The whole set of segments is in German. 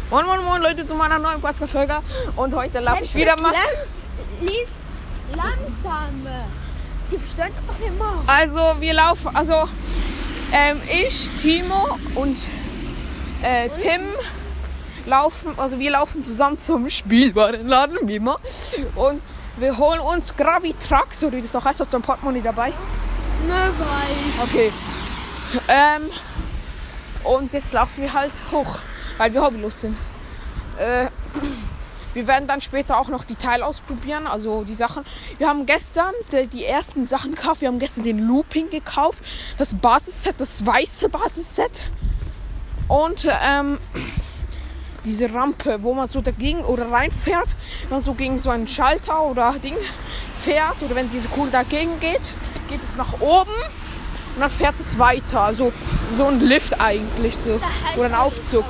Moin Leute zu meiner neuen Podcast-Folge. Und heute laufe ich wieder mal. Lies langsam. Die verstehen dich doch nicht mal. Also wir laufen, ich, Timo und Tim laufen, also wir laufen zusammen zum Spielwarenladen, wie immer. Und wir holen uns Gravitrax, oder wie das auch heißt. Hast du ein Portemonnaie dabei? Nein. Okay. Und jetzt laufen wir halt hoch, weil wir hobbylos sind. Wir werden dann später auch noch die Teile ausprobieren, also die Sachen. Wir haben gestern die ersten Sachen gekauft. Wir haben gestern den Looping gekauft, das Basisset, das weiße Basisset. Und diese Rampe, wo man so dagegen oder reinfährt, wenn man so gegen so einen Schalter oder Ding fährt, oder wenn diese Kugel dagegen geht, geht es nach oben und dann fährt es weiter. Also so ein Lift eigentlich, so, oder ein Aufzug.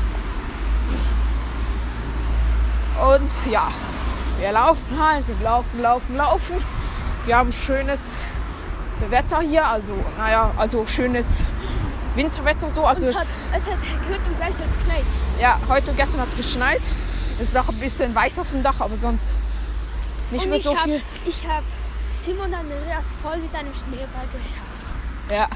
Und ja, wir laufen halt, laufen. Wir haben schönes Wetter hier, also schönes Winterwetter so. Also es hat heute und gleich geschneit. Ja, heute und gestern hat es geschneit. Es ist noch ein bisschen weiß auf dem Dach, aber sonst nicht Und mehr so viel. Ich habe Timo und Andreas voll mit einem Schneeball geschafft. Ja.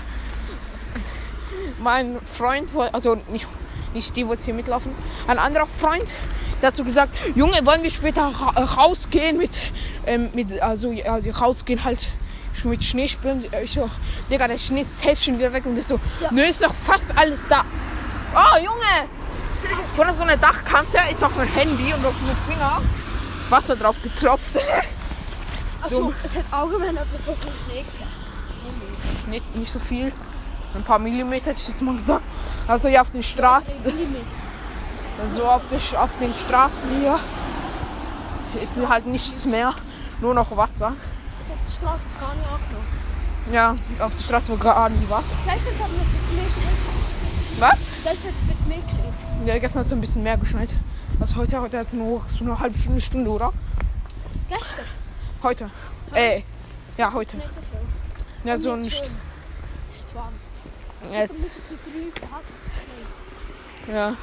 Mein Freund, also nicht die, wo jetzt hier mitlaufen, ein anderer Freund, der hat so gesagt, Junge, wollen wir später rausgehen rausgehen halt mit Schnee spielen. Ich so, Digga, der Schnee ist safe schon wieder weg. Und ich so, ja. Nö, ist doch fast alles da. Oh, Junge! Von so einer Dachkante ist auf mein Handy und auf meinen Finger Wasser drauf getropft. Achso, es hat allgemein etwas so viel Schnee gehabt. Nicht so viel. Ein paar Millimeter hätte ich jetzt mal gesagt. Also hier auf den Straßen. Also auf den Straßen hier ist halt nichts mehr. Nur noch Wasser. Auf der Straße gar nicht angenommen. Ja, auf der Straße war gar nie was. Vielleicht hat es aber noch ein bisschen mehr geschneit. Was? Vielleicht hat es ein bisschen mehr geschneit. Ja, gestern hat es ein bisschen mehr geschneit. Also heute hat es nur so eine halbe Stunde, oder? Gestern? Heute. Ja, heute. Nicht so viel. Ja, so Und ein... nicht schön. Ist warm. Yes. Ja.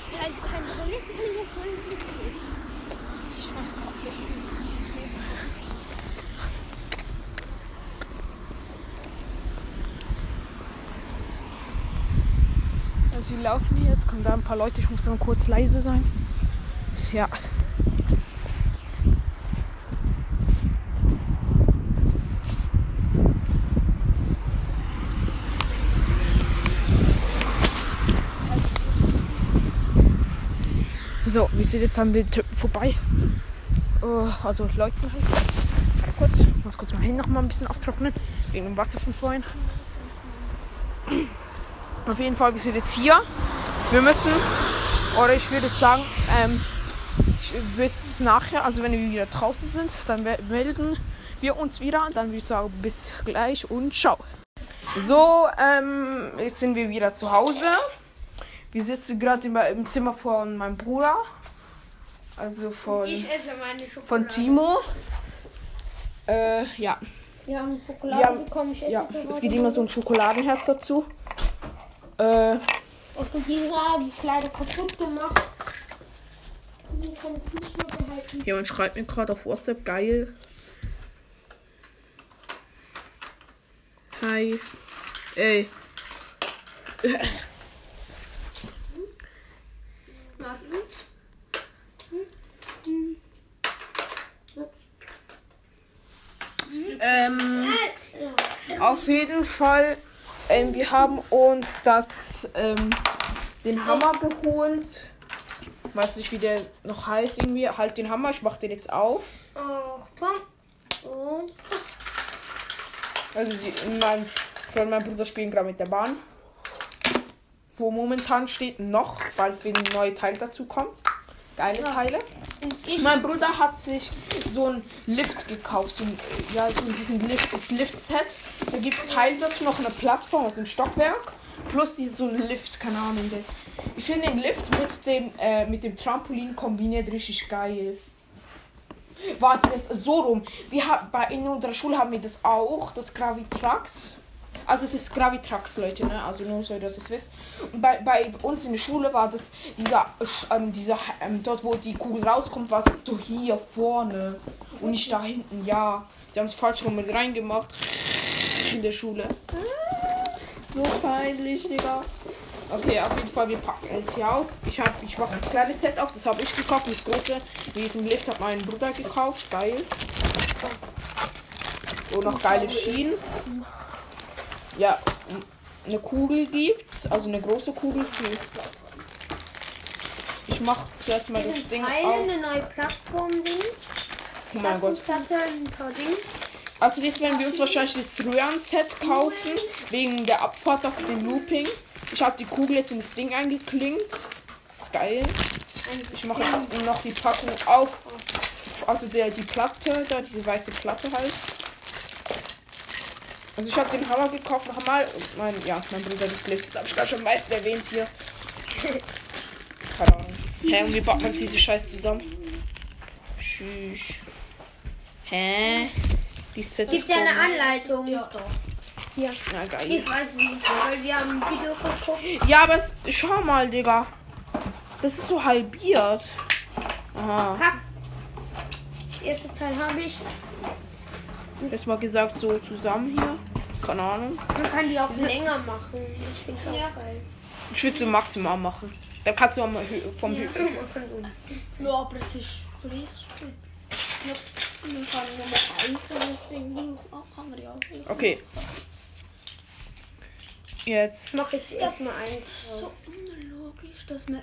Also wir laufen hier, jetzt kommen da ein paar Leute, ich muss dann kurz leise sein. Ja. So, wie seht ihr, jetzt haben wir den Typen vorbei. Also Leute halt. Warte kurz, ich muss kurz mein Handy noch mal ein bisschen auftrocknen. Wegen dem Wasser von vorhin. Auf jeden Fall, wie seht ihr jetzt hier. Wir müssen, oder ich würde sagen, bis nachher, also wenn wir wieder draußen sind, dann melden wir uns wieder. Dann würde ich sagen, bis gleich und ciao. So, jetzt sind wir wieder zu Hause. Wir sitzen gerade im Zimmer von meinem Bruder. Also von Timo. Ja. Wir haben Schokolade bekommen. Es geht immer so ein Schokoladenherz dazu. Und die habe ich leider kaputt gemacht. Die kann ich nicht mehr behalten. Jemand schreibt mir gerade auf WhatsApp, geil. Hi. Ey. Auf jeden Fall, wir haben uns den Hammer geholt. Weiß nicht, wie der noch heißt. Irgendwie halt den Hammer. Ich mach den jetzt auf. Und Also mein Bruder spielen gerade mit der Bahn. Wo momentan steht noch, bald werden neue Teile dazu kommen. Geile Teile. Mein Bruder hat sich so einen Lift gekauft. So diesen Lift, das Lift-Set. Da gibt es Teile dazu, noch eine Plattform, also ein Stockwerk. Plus so ein Lift, keine Ahnung. Ich finde den Lift mit dem Trampolin kombiniert richtig geil. Warte, das ist so rum. In unserer Schule haben wir das auch, das Gravitrax. Also es ist Gravitrax, Leute, ne? Also nur so, dass ihr es wisst. Und bei uns in der Schule war das dort, wo die Kugel rauskommt, war es hier vorne und nicht da hinten. Ja, die haben es falsch rum mit reingemacht in der Schule. So peinlich, Digga. Okay, auf jeden Fall, wir packen es hier aus. Ich mache das kleine Set auf, das habe ich gekauft. Das große, wie es im Lift, hat mein Bruder gekauft. Geil. Und noch geile Schienen. Ja, eine Kugel gibt's, also eine große Kugel für. Ich mache zuerst mal das Ding auf. Eine neue Plattform-Ding. Oh mein Gott. Ein paar Dinge. Also jetzt werden wir uns wahrscheinlich das Röhren-Set kaufen, wegen der Abfahrt auf den Looping. Ich habe die Kugel jetzt ins Ding eingeklinkt. Ist geil. Ich mache jetzt noch die Packung auf. Also die Platte, da diese weiße Platte halt. Also ich habe den Hammer gekauft nochmal. Mein Bruder das Licht. Das habe ich gerade schon meistens erwähnt hier. Keine Ahnung. Hä, und wie baut man diese Scheiß zusammen? Tschüss. Hä? Die Sets Gibt ja eine kommen. Anleitung. Ja, doch. Hier. Na geil. Ich weiß nicht, weil wir haben ein Video geguckt. Ja, aber schau mal, Digga. Das ist so halbiert. Aha. Kack. Das erste Teil habe ich. Erstmal gesagt, so zusammen hier. Keine Ahnung. Man kann die auch länger machen. Ich finde das auch geil. Ich will so maximal machen. Dann kannst du vom Man kann so. Ja, aber es ist richtig. Ja, man kann nur noch das Ding hoch. Kann man ja auch. Okay. Jetzt. Ich mache jetzt erstmal eins. So unlogisch, dass man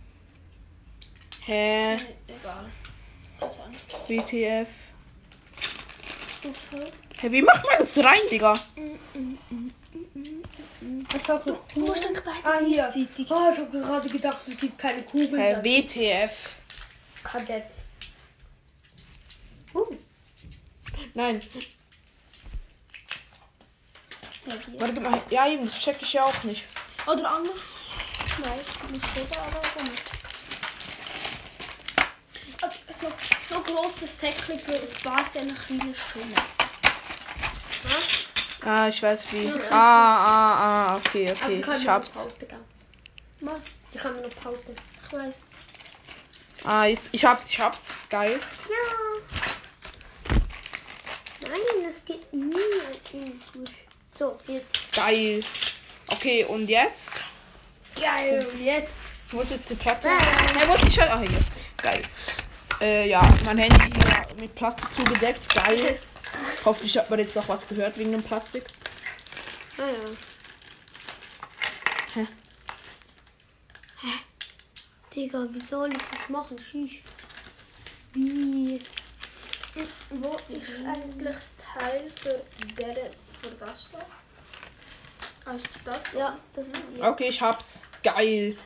Hä? egal. WTF. Hä, wie macht man das rein, Digga? Einfach so cool. Ah, hier. Oh, ich habe gerade gedacht, es gibt keine Kugeln. Hä, WTF. Kadett. Nein. Warte, gib mal. Ja, eben, das check ich ja auch nicht. Oder anders. Nein, nicht so, aber nicht. Ich glaube, so großes Säckchen für ein paar eine kleine Schiene. Ah, ich weiß wie. Okay, ich hab's. Was? Die haben nur Paute. Ich weiß. Ah, jetzt, ich hab's. Geil. Ja. Nein, das geht nie durch. So, jetzt. Geil. Okay, und jetzt? Geil, und jetzt? Wo ist jetzt die Platte? Wo ist die Scheiße? Ah, hier. Geil. Ja, mein Handy hier mit Plastik zugedeckt. Geil. Hoffentlich hat man jetzt noch was gehört wegen dem Plastik. Ah ja. Hä? Digga, wie soll ich das machen? Schieß. Wie? Wo ist eigentlich das Teil für das da? Also das? Ja, das ist die. Okay, ich hab's. Geil.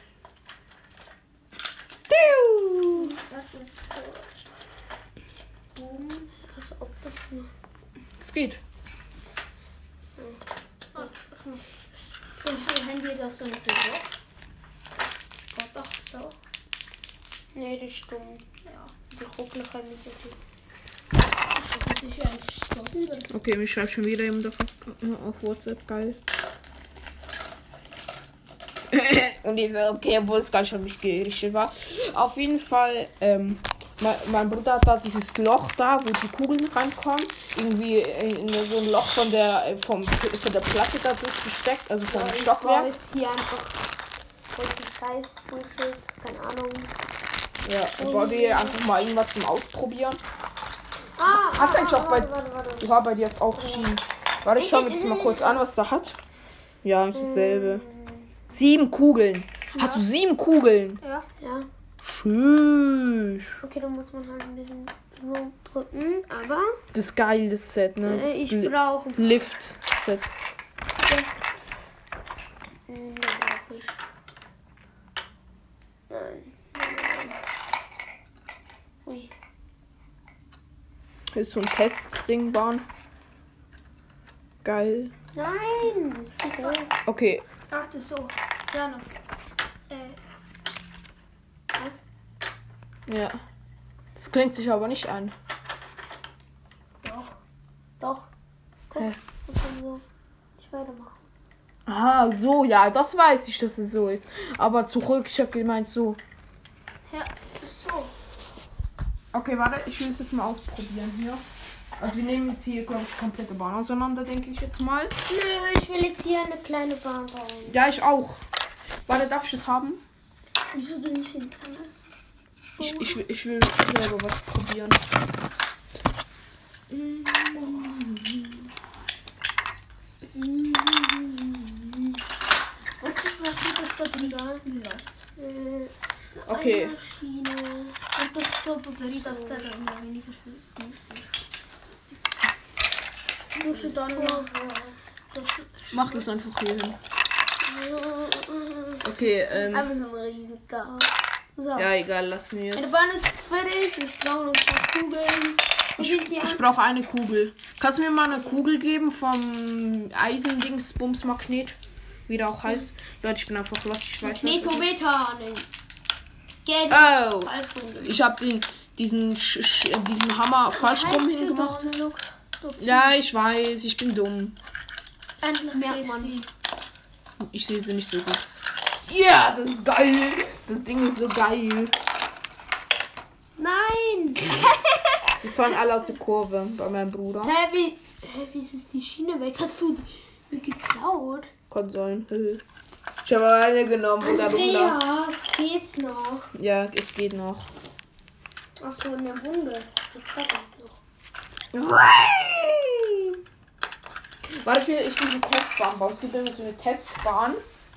Das ist Boom. Also, ob das noch. Das geht. Und so Handy, das du nicht so. Das geht doch so. Nee, das ist dumm. Ja. Die Kugel kann mit dir tun. Das ist ja ein Stoff. Okay, mich schreibt schon wieder jemand auf WhatsApp. Geil. Und die so, okay, obwohl es gar nicht an mich gerichtet war. Auf jeden Fall, mein Bruder hat da dieses Loch da, wo die Kugeln rankommen. Irgendwie in so ein Loch von der Platte da durchgesteckt, also vom Ich Stockwerk. brauche jetzt hier einfach Scheiß Bullshit, keine Ahnung. Ja, ich wollte einfach mal irgendwas zum Ausprobieren. Ah, Hat eigentlich auch bei. warte. Ja, bei dir ist auch Schienen. Warte, ich schau mir das mal kurz an, was da hat. Ja, eigentlich dasselbe. 7 Kugeln. Hast du 7 Kugeln? Ja. Schön. Okay, dann muss man halt ein bisschen so drücken, aber Das ist geil, das Set, ne? Das ich ist brauche Lift-Set. Nein, brauche ich. Nein. Ui. Hier ist so ein Testding waren. Geil. Nein, das ist groß. Okay. Ach, das so. Ja, noch. Was? Ja. Das klingt sich aber nicht an. Doch. Doch. Guck, Hä? ich kann so nicht weitermachen. Ah, so, ja, das weiß ich, dass es so ist. Aber zurück, ich habe gemeint so. Ja, so. Okay, warte, ich will es jetzt mal ausprobieren hier. Also wir nehmen jetzt hier, glaube ich, komplette Bahn auseinander, denke ich jetzt mal. Nö, ich will jetzt hier eine kleine Bahn bauen. Ja, ich auch. Warte, darf ich es haben? Wieso du nicht in die Zange? Ich will selber was probieren. Und was tut das da drin? Last. Okay. Eine Maschine. Und das ist so Batterie, dass der dann noch weniger ist. Musst du dann noch... Mach das einfach hier hin. Okay, Aber so ein Riesengas. So. ja, egal, lassen wir Meine es. Bahn ist fertig. Ich brauche noch ein paar Kugeln. Ich brauche eine Kugel. Kannst du mir mal eine Kugel geben vom Eisendingsbums-Magnet? Wie der auch heißt. Leute, ich bin einfach lost. Ich weiß nicht. Beta. Geld. Oh, Alles gut. ich habe diesen Hammer falsch rum hingemacht. Ja, ich weiß, ich bin dumm. Endlich Merkt merkt man. man. Ich sehe sie nicht so gut. Ja, das ist geil. Das Ding ist so geil. Nein. Wir fahren alle aus der Kurve bei meinem Bruder. Wie ist es die Schiene weg? Hast du mir geklaut? Kann sein. Ich habe eine genommen, wo da runter. Andreas, geht's noch? Ja, es geht noch. Achso, in der Runde. Jetzt hat er noch. Warte, ich will eine Testbahn bauen. Es gibt immer so eine Testbahn.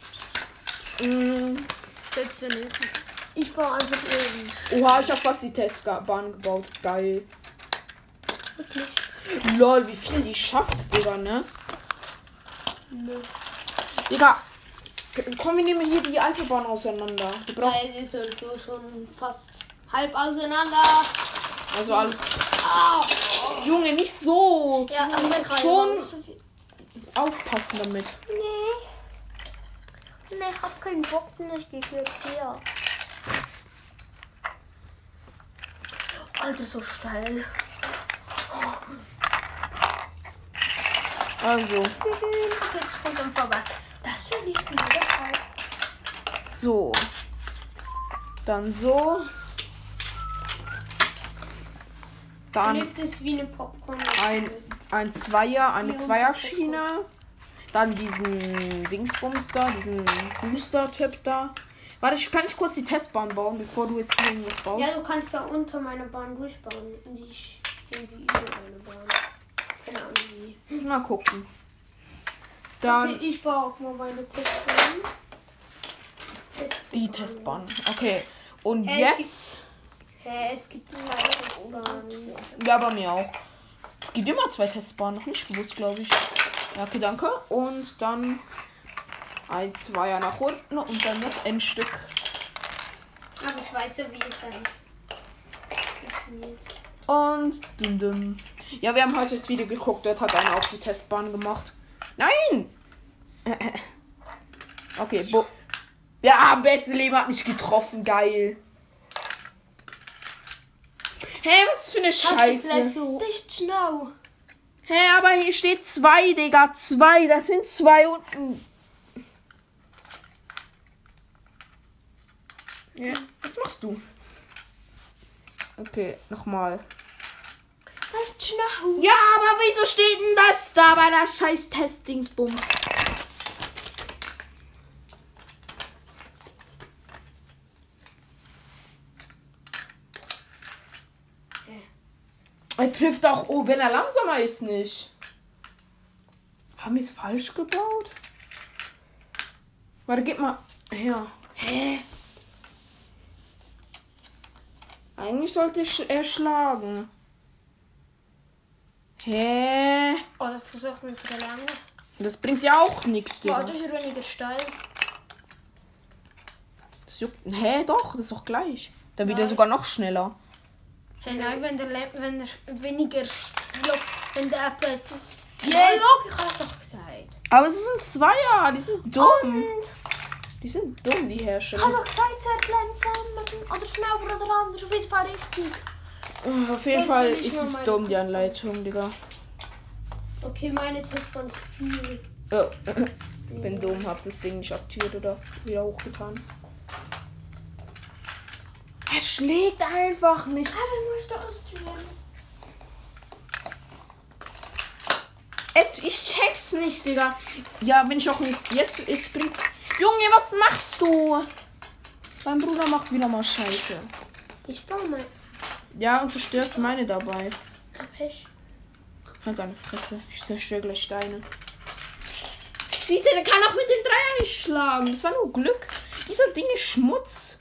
Ich baue einfach oben. Oha, ich habe fast die Testbahn gebaut. Geil. Wirklich? Lol, wie viel die schafft, Digga, ne? Nö. Digga, komm, wir nehmen hier die alte Bahn auseinander. Wir brauchen Weil es ist so schon fast halb auseinander. also alles. Junge, nicht so. Ja, aber Schon aufpassen damit. Nee, ich hab keinen Bock, ich gehe hier. Alter, so steil. Also, Jetzt kommt dann vorbei. Das will ich wieder auf. so. Dann so. Dann Lebt es wie eine Popcorn. ein Zweier, eine Zweierschiene. Dann diesen Dingsbums da, diesen Booster-Typ da. Warte, kann ich kurz die Testbahn bauen, bevor du jetzt hier irgendwas baust? Ja, du kannst da unter meine Bahn durchbauen. Irgendwie über meine Bahn. Keine Ahnung wie. Mal gucken. Dann Okay, ich baue auch mal meine Testbahn. die Testbahn. Okay. Und Es jetzt. Es gibt zwei Testbahnen. Ja, bei mir auch. Es gibt immer 2 Testbahnen, noch nicht bewusst, glaube ich. Ja, okay, danke. Und dann ein Zweier nach unten und dann das Endstück. Aber ich weiß ja, wie es eigentlich funktioniert. Und dum dum. Ja, wir haben heute das Video geguckt, dort hat einer auch die Testbahn gemacht. Nein! Okay, ja, beste Leben hat nicht getroffen, geil. Hä, was ist für eine Scheiße? So Nicht schnell. Hä, aber hier steht 2, Digga, 2. Das sind 2 unten. Ja, was machst du? Okay, nochmal. Nicht schnell. Ja, aber wieso steht denn das da bei der scheiß Testdingsbums? Er trifft auch, oh, wenn er langsamer ist, nicht. Haben wir es falsch gebaut? Warte, gib mal her. Hä? Eigentlich sollte er schlagen. Hä? Oh, das versuchst du mit der Lange. Das bringt ja auch nichts, Boah, Digga. das ist weniger steil. Das juckt. Hä, doch, das ist doch gleich. Dann wird er sogar noch schneller. Hey, nein, wenn der weniger. Wenn der Apple jetzt ist. Jetzt! Ich hab's doch gesagt. Aber es sind Zweier, die sind dumm. Die sind dumm, die Ich Hersteller. hab doch gesagt, zuerst langsam oder schneller oder anders. Auf jeden Fall richtig. Auf jeden Jetzt Fall will ich ist mal es meine- dumm, die Anleitung, Digga. Okay, meine Testbahn ist viel. Oh. Bin dumm, hab das Ding nicht aktiviert oder wieder hochgetan. Es schlägt einfach nicht. Aber du musst doch das tun. Ich check's nicht, Digga. Ja, wenn ich auch nicht. Jetzt bringt's. Junge, was machst du? Mein Bruder macht wieder mal Scheiße. Ich baue mal. Ja, und zerstörst meine dabei. Hab ich. Halt deine Fresse. Ich zerstöre gleich Steine. Siehst du, der kann auch mit dem Dreier nicht schlagen. Das war nur Glück. Dieser Ding ist Schmutz.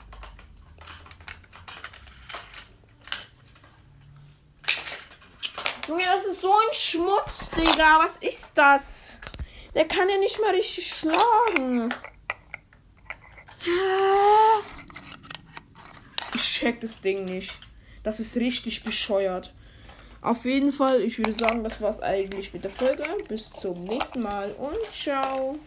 Junge, das ist so ein Schmutz, Digga. Was ist das? Der kann ja nicht mal richtig schlagen. Ich check das Ding nicht. Das ist richtig bescheuert. Auf jeden Fall, ich würde sagen, das war's eigentlich mit der Folge. Bis zum nächsten Mal und ciao.